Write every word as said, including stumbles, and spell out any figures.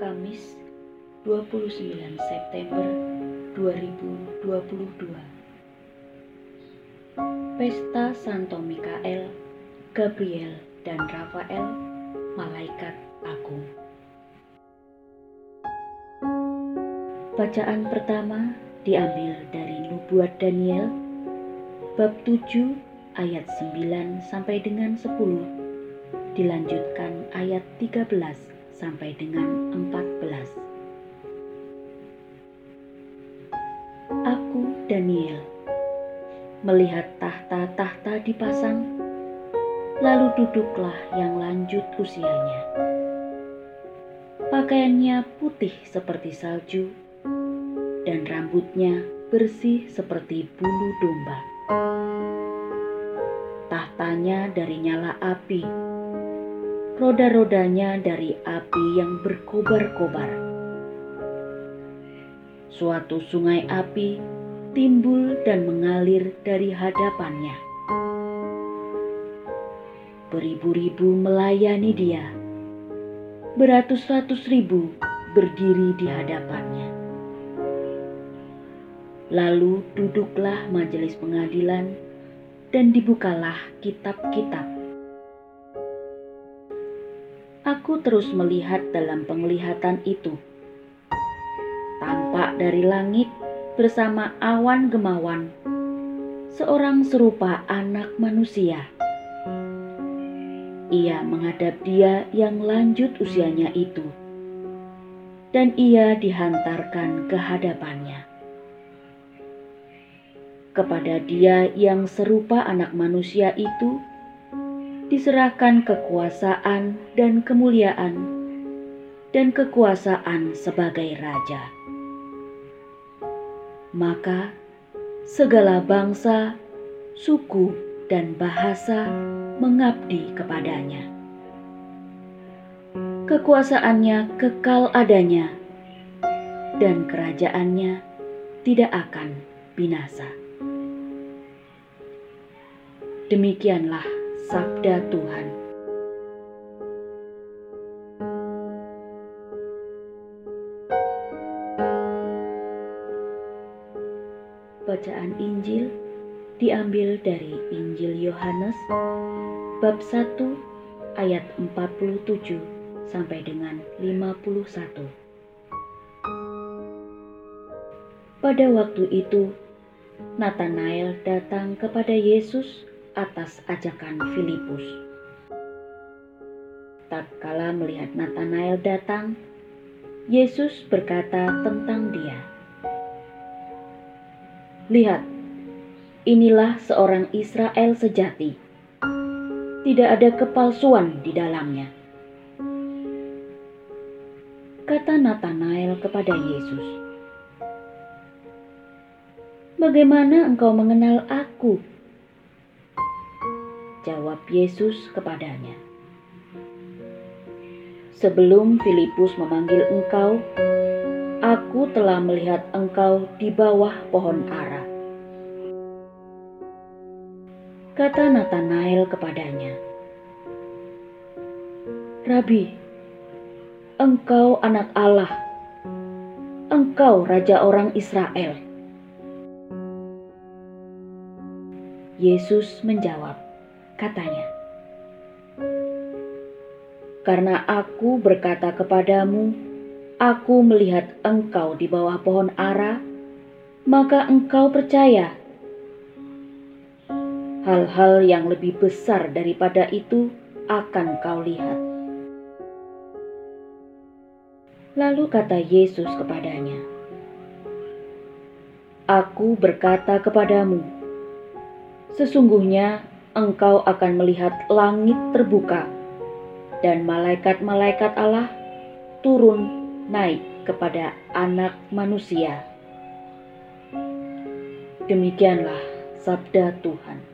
Kamis dua puluh sembilan September dua ribu dua puluh dua. Pesta Santo Mikael, Gabriel, dan Rafael, Malaikat Agung. Bacaan pertama diambil dari Nubuat Daniel, bab tujuh ayat sembilan sampai dengan sepuluh, dilanjutkan ayat tiga belas sampai dengan empat belas. Aku, Daniel, melihat tahta-tahta dipasang, lalu duduklah yang lanjut usianya. Pakaiannya putih seperti salju, dan rambutnya bersih seperti bulu domba. Tahtanya dari nyala api, roda-rodanya dari api yang berkobar-kobar. Suatu sungai api timbul dan mengalir dari hadapannya. Beribu-ribu melayani dia, beratus-ratus ribu berdiri di hadapannya. Lalu duduklah majelis pengadilan dan dibukalah kitab-kitab. Aku terus melihat dalam penglihatan itu. Tampak dari langit bersama awan gemawan seorang serupa anak manusia. Ia menghadap dia yang lanjut usianya itu, dan ia dihantarkan ke hadapannya. Kepada dia yang serupa anak manusia itu diserahkan kekuasaan dan kemuliaan dan kekuasaan sebagai raja. Maka segala bangsa, suku, dan bahasa mengabdi kepadanya. Kekuasaannya kekal adanya, dan kerajaannya tidak akan binasa. Demikianlah sabda Tuhan. Bacaan Injil diambil dari Injil Yohanes bab satu ayat empat puluh tujuh sampai dengan lima puluh satu. Pada waktu itu Natanael datang kepada Yesus atas ajakan Filipus. Tatkala melihat Natanael datang, Yesus berkata tentang dia, "Lihat, inilah seorang Israel sejati. Tidak ada kepalsuan di dalamnya." Kata Natanael kepada Yesus, "Bagaimana engkau mengenal aku?" Jawab Yesus kepadanya, "Sebelum Filipus memanggil engkau, aku telah melihat engkau di bawah pohon ara." Kata Natanael kepadanya, "Rabi, engkau anak Allah, engkau raja orang Israel." Yesus menjawab, katanya, "Karena aku berkata kepadamu, aku melihat engkau di bawah pohon ara, maka engkau percaya. Hal-hal yang lebih besar daripada itu akan kau lihat." Lalu kata Yesus kepadanya, "Aku berkata kepadamu, sesungguhnya engkau akan melihat langit terbuka dan malaikat-malaikat Allah turun naik kepada Anak Manusia." Demikianlah sabda Tuhan.